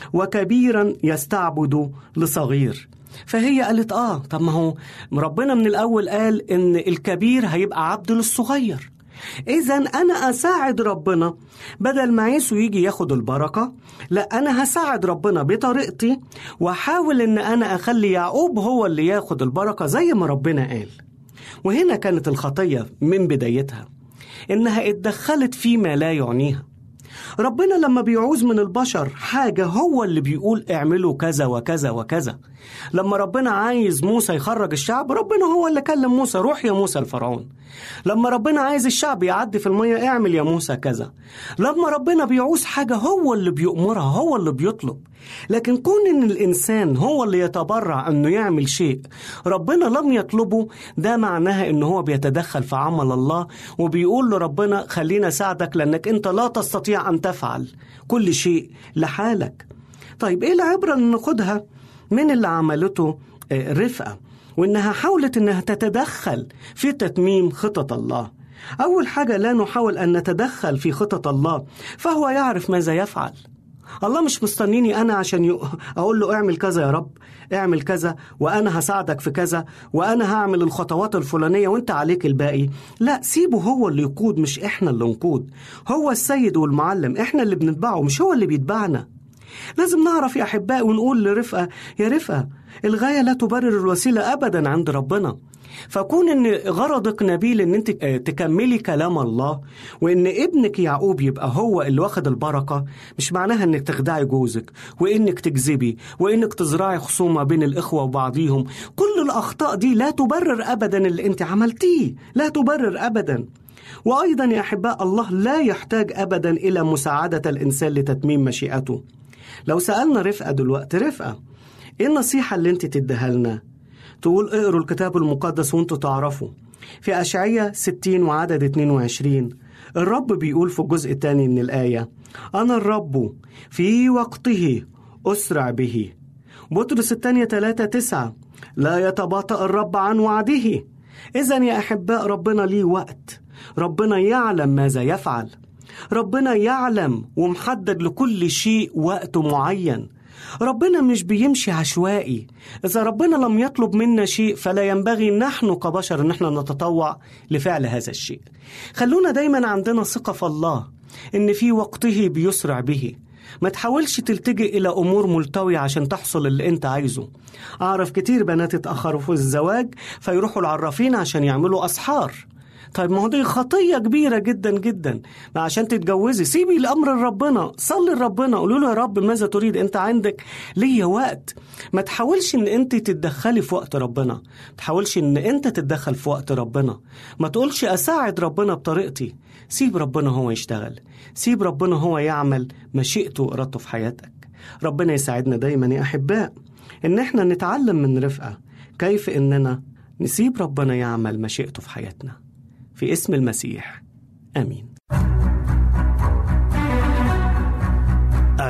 وكبيرا يستعبد لصغير. فهي قالت آه طب ما هو ربنا من الأول قال إن الكبير هيبقى عبد للصغير، إذن أنا أساعد ربنا بدل ما عيسو يجي ياخد البركة، لا أنا هساعد ربنا بطريقتي وحاول إن أنا أخلي يعقوب هو اللي ياخد البركة زي ما ربنا قال. وهنا كانت الخطية من بدايتها، إنها اتدخلت فيما لا يعنيها. ربنا لما بيعوز من البشر حاجة هو اللي بيقول اعملوا كذا وكذا وكذا. لما ربنا عايز موسى يخرج الشعب، ربنا هو اللي كلم موسى روح يا موسى الفرعون. لما ربنا عايز الشعب يعدي في المية اعمل يا موسى كذا. لما ربنا بيعوز حاجة هو اللي بيؤمرها، هو اللي بيطلب. لكن كون ان الانسان هو اللي يتبرع انه يعمل شيء ربنا لم يطلبه، ده معناها انه هو بيتدخل في عمل الله وبيقول لربنا خلينا ساعدك لانك انت لا تستطيع ان تفعل كل شيء لحالك. طيب ايه العبرة اللي ناخدها من اللي عملته رفقة وانها حاولت انها تتدخل في تتميم خطط الله؟ اول حاجة لا نحاول ان نتدخل في خطط الله، فهو يعرف ماذا يفعل. الله مش مستنيني أنا عشان يق... أقول له اعمل كذا يا رب، اعمل كذا وأنا هساعدك في كذا وأنا هعمل الخطوات الفلانية وانت عليك الباقي. لا، سيبه هو اللي يقود مش إحنا اللي نقود. هو السيد والمعلم، إحنا اللي بنتبعه مش هو اللي بيتبعنا. لازم نعرف يا أحبائي ونقول لرفقة يا رفقة الغاية لا تبرر الوسيلة أبدا عند ربنا. فكون ان غرضك نبيل ان انت تكملي كلام الله وان ابنك يعقوب يبقى هو اللي واخد البركة، مش معناها انك تخدعي جوزك وانك تكذبي وانك تزرعي خصومة بين الاخوة وبعضهم. كل الاخطاء دي لا تبرر ابدا اللي انت عملتيه، لا تبرر ابدا. وايضا يا احباء الله لا يحتاج ابدا الى مساعدة الانسان لتتميم مشيئته. لو سألنا رفقة دلوقتي، رفقة ايه النصيحة اللي انت تديها لنا؟ تقول اقروا الكتاب المقدس وانتوا تعرفوا. في أشعية ستين وعدد اتنين وعشرين الرب بيقول في الجزء الثاني من الآية أنا الرب في وقته أسرع به. بطرس الثانية ثلاثة تسعة لا يتباطأ الرب عن وعده. إذن يا أحباء ربنا ليه وقت، ربنا يعلم ماذا يفعل، ربنا يعلم ومحدد لكل شيء وقت معين. ربنا مش بيمشي عشوائي. إذا ربنا لم يطلب منا شيء فلا ينبغي نحن كبشر أن احنا نتطوع لفعل هذا الشيء. خلونا دايما عندنا ثقة في الله إن في وقته بيسرع به. ما تحاولش تلتجئ إلى أمور ملتوية عشان تحصل اللي أنت عايزه. أعرف كتير بنات اتأخروا في الزواج فيروحوا العرافين عشان يعملوا أسحار. طيب ما هو دي خطية كبيرة جدا جدا. ما عشان تتجوزي سيبي الأمر لربنا، صلي لربنا، قولوا له يا رب ماذا تريد، أنت عندك ليا وقت. ما تحاولش إن أنت تتدخلي في وقت ربنا، ما تحاولش إن أنت تتدخل في وقت ربنا. ما تقولش أساعد ربنا بطريقتي. سيب ربنا هو يشتغل، سيب ربنا هو يعمل مشيئته وإرادته في حياتك. ربنا يساعدنا دايما يا أحباء إن احنا نتعلم من رفقة كيف إننا نسيب ربنا يعمل مشيئته في حياتنا. في اسم المسيح آمين.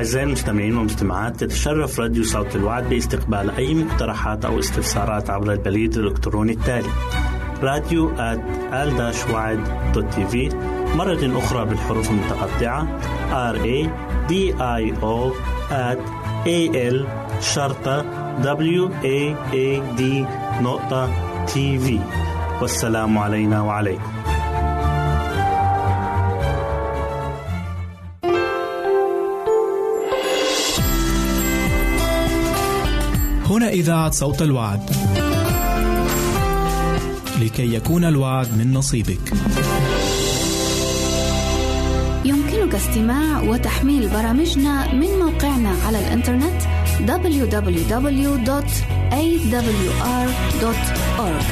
أعزائي المستمعين والمستمعات، تتشرف راديو صوت الوعد باستقبال أي مقترحات أو استفسارات عبر البريد الإلكتروني التالي راديو آت آل وعد دوت تي في، مرة أخرى بالحروف المتقطعة R A D I O at A L شرطة W A A D نقطة تي في. والسلام علينا وعليكم. هنا إذاعة صوت الوعد، لكي يكون الوعد من نصيبك. يمكنك استماع وتحميل برامجنا من موقعنا على الإنترنت دبليو دبليو دبليو دوت إيه دبليو آر دوت أورج.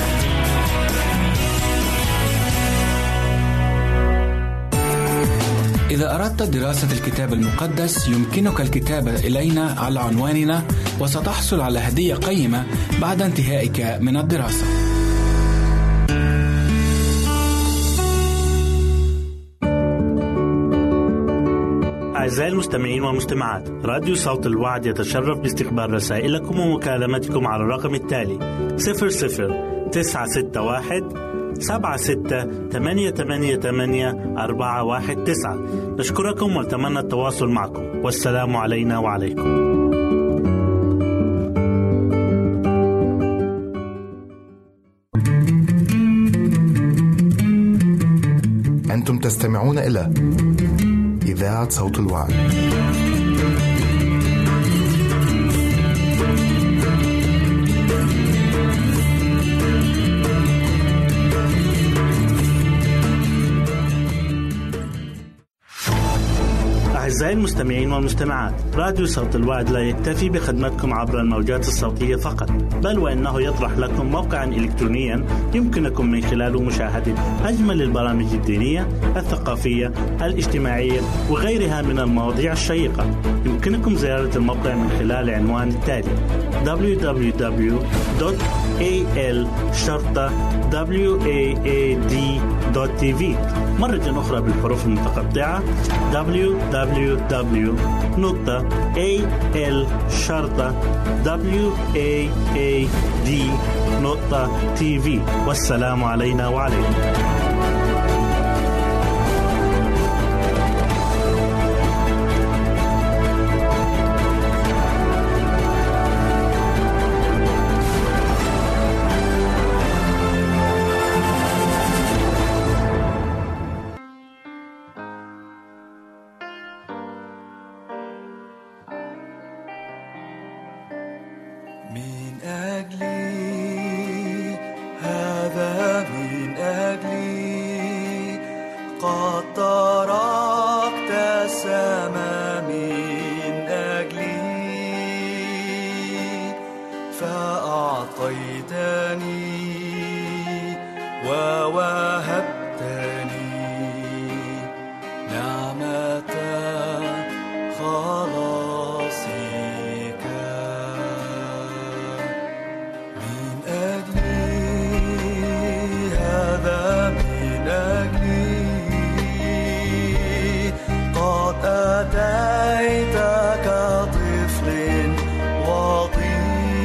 إذا أردت دراسة الكتاب المقدس يمكنك الكتابة إلينا على عنواننا، وستحصل على هدية قيمة بعد انتهائك من الدراسة. أعزائي المستمعين والمستمعات، راديو صوت الوعد يتشرف باستقبال رسائلكم ومكالمتكم على الرقم التالي صفر صفر تسعة ستة واحد سبعة ستة ثمانية ثمانية ثمانية أربعة واحد تسعة. نشكركم ونتمنى التواصل معكم، والسلام علينا وعليكم. أنتم تستمعون إلى إذاعة صوت الوعد. أعزائي المستمعين والمستمعات، راديو صوت الوعد لا يكتفي بخدمتكم عبر الموجات الصوتية فقط، بل وإنه يطرح لكم موقعا إلكترونيا يمكنكم من خلاله مشاهدة أجمل البرامج الدينية، الثقافية، الاجتماعية وغيرها من المواضيع الشيقة. يمكنكم زيارة الموقع من خلال عنوان التالي دبليو دبليو دبليو دوت إيه إل شرطة واد دوت تي في، مرة أخرى بالحروف المتقطعة دبليو دبليو دبليو دوت إيه إل شرطة واد دوت تي في. والسلام علينا وعليكم.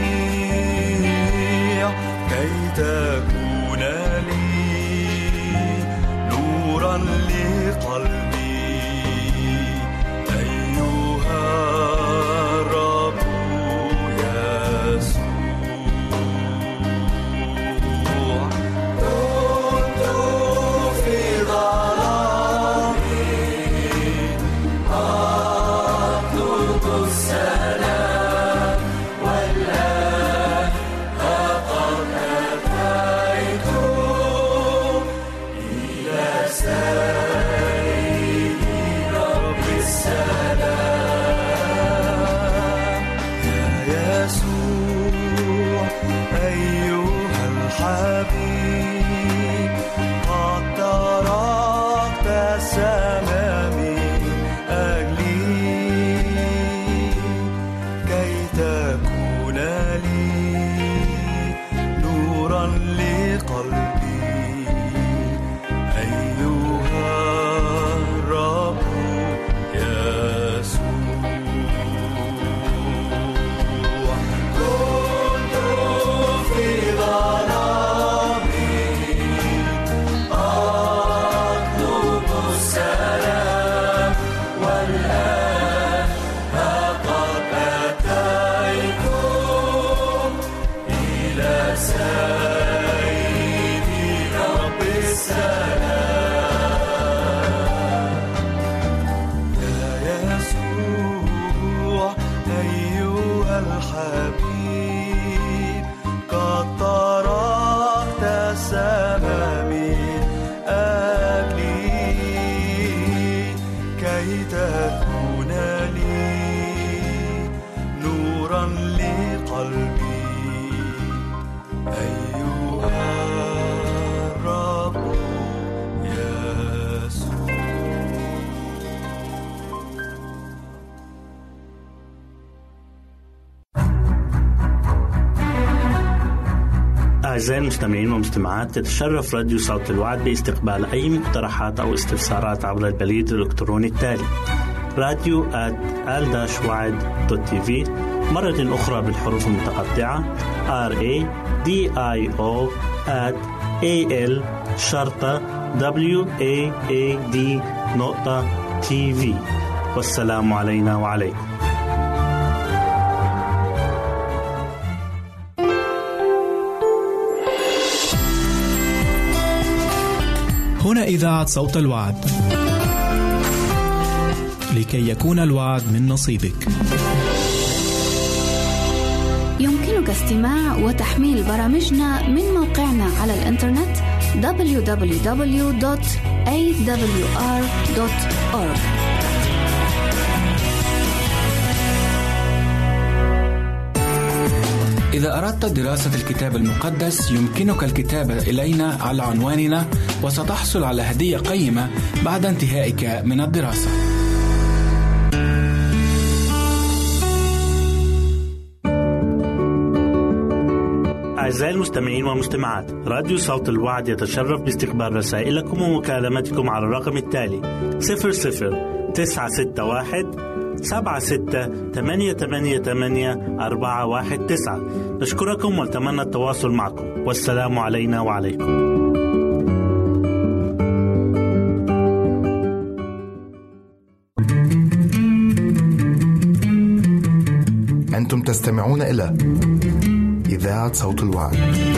تكون لي أعزائي المستمعين والمستمعات، تتشرف راديو صوت الوعد باستقبال أي مقترحات أو استفسارات عبر البريد الإلكتروني التالي راديو آت آل وعد دوت تي في، مرة أخرى بالحروف المتقطعة R A D I O at A L شرطة W A A D نقطة تي في. والسلام علينا وعليكم. هنا إذاعة صوت الوعد، لكي يكون الوعد من نصيبك. يمكنك استماع وتحميل برامجنا من موقعنا على الإنترنت دبليو دبليو دبليو دوت إيه دبليو آر دوت أورج. إذا أردت دراسة الكتاب المقدس يمكنك الكتابة إلينا على عنواننا، وستحصل على هدية قيمة بعد انتهائك من الدراسة. أعزائي المستمعين والمستمعات، راديو صوت الوعد يتشرف باستقبال رسائلكم ومكالمتكم على الرقم التالي صفر صفر تسعة ستة واحد سبعة ستة ثمانية ثمانية ثمانية أربعة واحد تسعة. نشكركم ونتمنى التواصل معكم، والسلام علينا وعليكم. أنتم تستمعون إلى إذاعة صوت الوعد.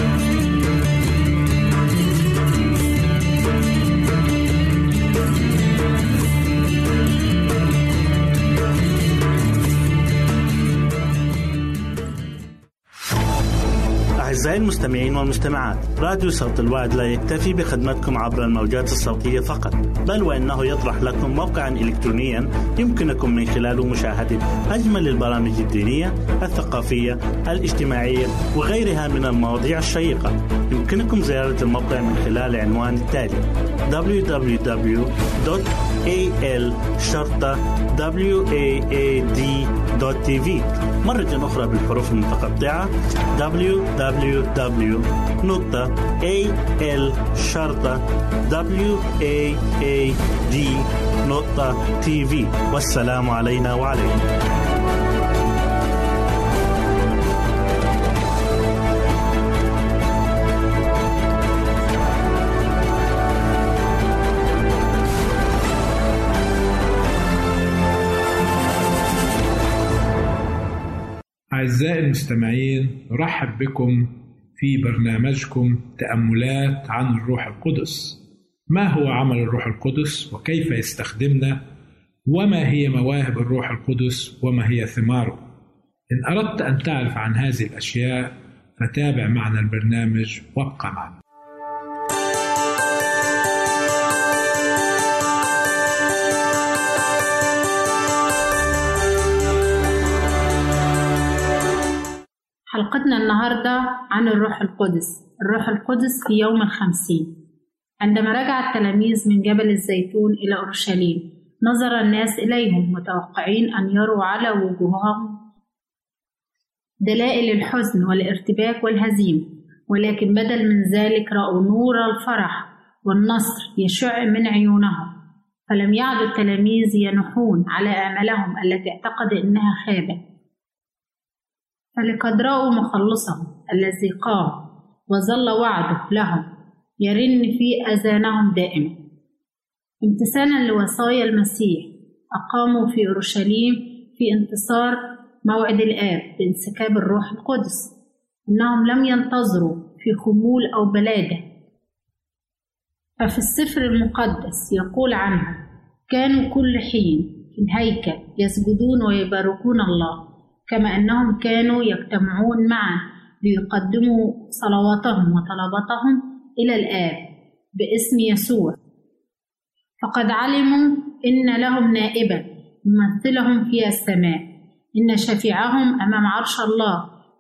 أعزائي المستمعين والمستمعات، راديو صوت الوعد لا يكتفي بخدمتكم عبر الموجات الصوتية فقط، بل وإنه يطرح لكم موقعا إلكترونيا يمكنكم من خلاله مشاهدة أجمل البرامج الدينية، الثقافية، الاجتماعية وغيرها من المواضيع الشيقة. يمكنكم زيارة الموقع من خلال عنوان التالي دبليو دبليو دبليو دوت إيه إل شرطة واد دوت تي في، مرة أخرى بالحروف المتقطعة دبليو دبليو دبليو دوت إيه إل شرطة واد دوت تي في. والسلام علينا وعليكم. أعزائي المستمعين، نرحب بكم في برنامجكم تأملات عن الروح القدس. ما هو عمل الروح القدس وكيف يستخدمنا، وما هي مواهب الروح القدس وما هي ثماره؟ إن أردت أن تعرف عن هذه الأشياء فتابع معنا البرنامج وابقى معنا. حلقتنا النهاردة عن الروح القدس. الروح القدس في يوم الخمسين. عندما رجع التلاميذ من جبل الزيتون إلى أورشليم، نظر الناس إليهم متوقعين أن يروا على وجوههم دلائل الحزن والارتباك والهزيمة، ولكن بدل من ذلك رأوا نور الفرح والنصر يشع من عيونهم. فلم يعد التلاميذ ينحون على آمالهم التي اعتقد أنها خابت، فلقد رأوا مخلصهم الذي قام وظل وعده لهم يرن في أذانهم دائما. امتثالا لوصايا المسيح أقاموا في أورشليم في انتصار موعد الآب بانسكاب الروح القدس. إنهم لم ينتظروا في خمول أو بلادة، ففي السفر المقدس يقول عنهم: كانوا كل حين في الهيكل يسجدون ويباركون الله، كما أنهم كانوا يجتمعون معا ليقدموا صلواتهم وطلباتهم إلى الآب باسم يسوع. فقد علموا إن لهم نائبا يمثلهم في السماء، إن شفيعهم أمام عرش الله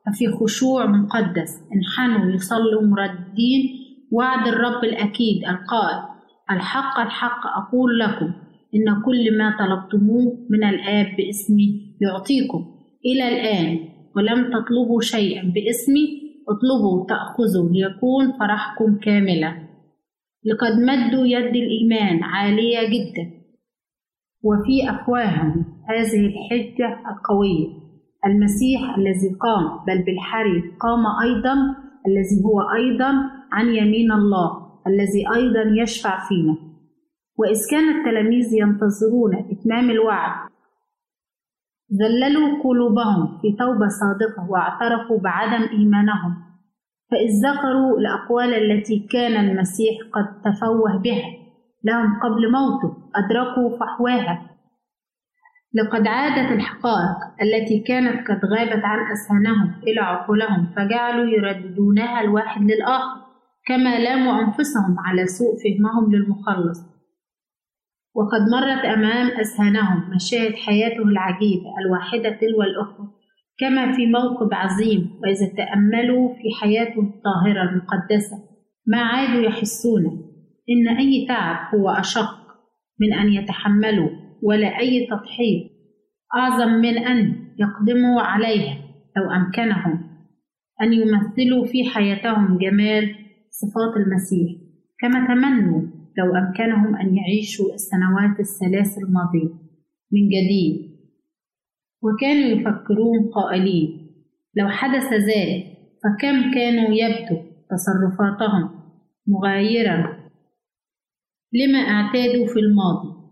ففي خشوع مقدس انحنوا يصلوا مردين وعد الرب الأكيد القائل: الحق الحق أقول لكم إن كل ما طلبتموه من الآب باسمي يعطيكم. إلى الآن ولم تطلبوا شيئا باسمي، اطلبوا تأخذوا ليكون فرحكم كاملا. لقد مدوا يد الإيمان عالية جدا، وفي أفواههم هذه الحجة القوية: المسيح الذي قام، بل بالحري قام أيضا، الذي هو أيضا عن يمين الله، الذي أيضا يشفع فينا. وإذ كان التلاميذ ينتظرون إتمام الوعد، ذللوا قلوبهم في توبة صادقة واعترفوا بعدم إيمانهم. فإذ ذكروا الأقوال التي كان المسيح قد تفوه بها لهم قبل موته، أدركوا فحواها. لقد عادت الحقائق التي كانت قد غابت عن أذهانهم إلى عقولهم، فجعلوا يرددونها الواحد للآخر، كما لاموا أنفسهم على سوء فهمهم للمخلص. وقد مرت أمام أذهانهم مشاهد حياته العجيبة الواحدة تلو الأخرى كما في موكب عظيم. وإذا تأملوا في حياته الطاهرة المقدسة ما عادوا يحسون إن أي تعب هو أشق من أن يتحملوا، ولا أي تضحية أعظم من أن يقدموا عليها لو أمكنهم أن يمثلوا في حياتهم جمال صفات المسيح، كما تمنوا لو أمكنهم أن يعيشوا السنوات الثلاث الماضية من جديد. وكانوا يفكرون قائلين: لو حدث ذلك فكم كانوا يبدو تصرفاتهم مغايرة لما اعتادوا في الماضي.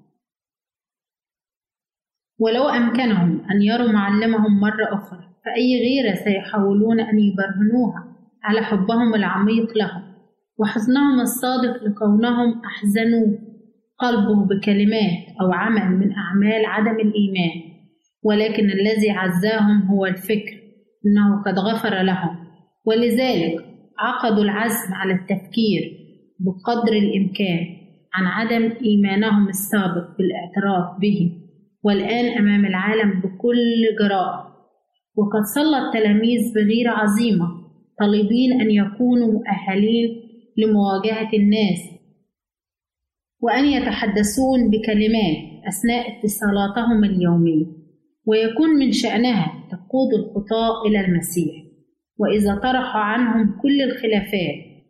ولو أمكنهم أن يروا معلمهم مرة أخرى فأي غيرة سيحاولون أن يبرهنوها على حبهم العميق له وحزنهم الصادق لكونهم أحزنوا قلبه بكلمات أو عمل من أعمال عدم الإيمان. ولكن الذي عزاهم هو الفكر إنه قد غفر لهم، ولذلك عقدوا العزم على التفكير بقدر الإمكان عن عدم إيمانهم السابق بالاعتراف به، والآن أمام العالم بكل جراءة. وقد صلى التلاميذ بغيرة عظيمة طالبين أن يكونوا مؤهلين لمواجهة الناس، وأن يتحدثون بكلمات أثناء اتصالاتهم اليومية، ويكون من شأنها تقود الخطاة إلى المسيح. وإذا طرحوا عنهم كل الخلافات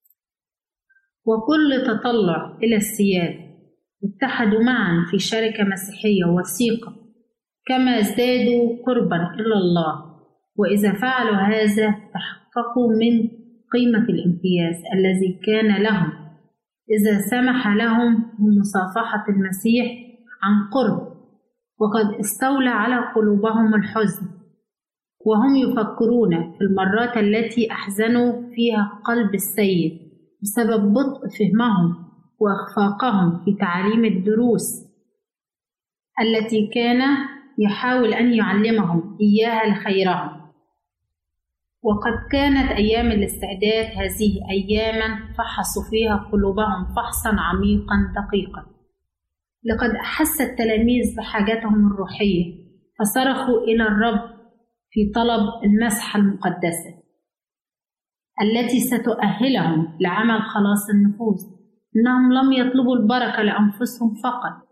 وكل تطلع إلى السيادة، اتحدوا معا في شركة مسيحية وثيقة، كما ازدادوا قربا إلى الله. وإذا فعلوا هذا تحققوا من قيمة الامتياز الذي كان لهم إذا سمح لهم بمصافحة المسيح عن قرب. وقد استولى على قلوبهم الحزن، وهم يفكرون في المرات التي أحزنوا فيها قلب السيد بسبب بطء فهمهم وإخفاقهم في تعاليم الدروس التي كان يحاول أن يعلمهم إياها لخيرهم. وقد كانت أيام الاستعداد هذه أياما فحصوا فيها قلوبهم فحصا عميقا دقيقا. لقد أحس التلاميذ بحاجتهم الروحية فصرخوا إلى الرب في طلب المسحة المقدسة التي ستؤهلهم لعمل خلاص النفوس. إنهم لم يطلبوا البركة لأنفسهم فقط،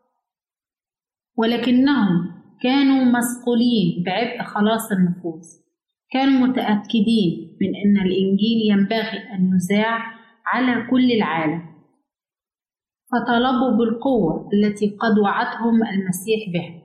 ولكنهم كانوا مسؤولين بعبء خلاص النفوس. كانوا متأكدين من أن الإنجيل ينبغي أن يذاع على كل العالم، فطلبوا بالقوة التي قد وعدهم المسيح بها.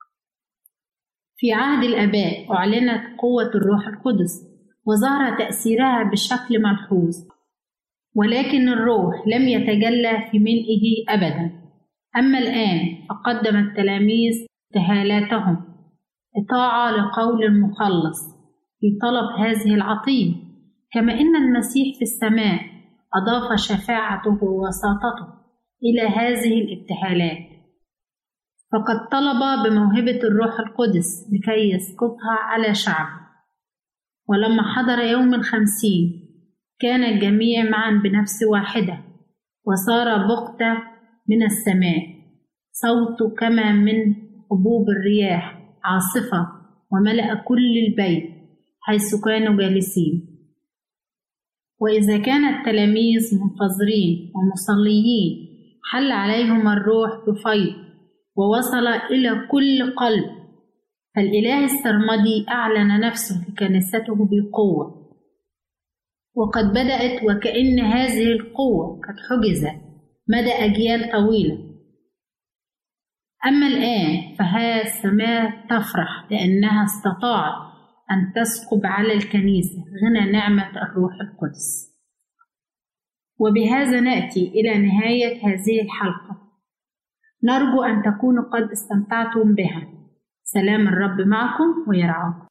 في عهد الآباء أعلنت قوة الروح القدس وظهر تأثيرها بشكل ملحوظ، ولكن الروح لم يتجلى في ملئه أبدا. أما الآن فقدم التلاميذ ابتهالاتهم إطاعة لقول المخلص في طلب هذه العطية، كما إن المسيح في السماء أضاف شفاعته ووساطته إلى هذه الابتهالات. فقد طلب بموهبة الروح القدس لكي يسكبها على شعبه. ولما حضر يوم الخمسين كان الجميع معا بنفس واحدة، وصار بغتة من السماء صوت كما من حبوب الرياح عاصفة وملأ كل البيت، حيث كانوا جالسين. وإذا كان التلاميذ منتظرين ومصليين حل عليهم الروح بفيض ووصل إلى كل قلب، فالإله السرمدي أعلن نفسه لكنيسته بقوة، وقد بدأت وكأن هذه القوة قد حجزت مدى أجيال طويلة. أما الآن فها السماء تفرح لأنها استطاعت أن تسكب على الكنيسة غنى نعمة الروح القدس. وبهذا نأتي إلى نهاية هذه الحلقة، نرجو أن تكونوا قد استمتعتم بها. سلام الرب معكم ويرعاكم.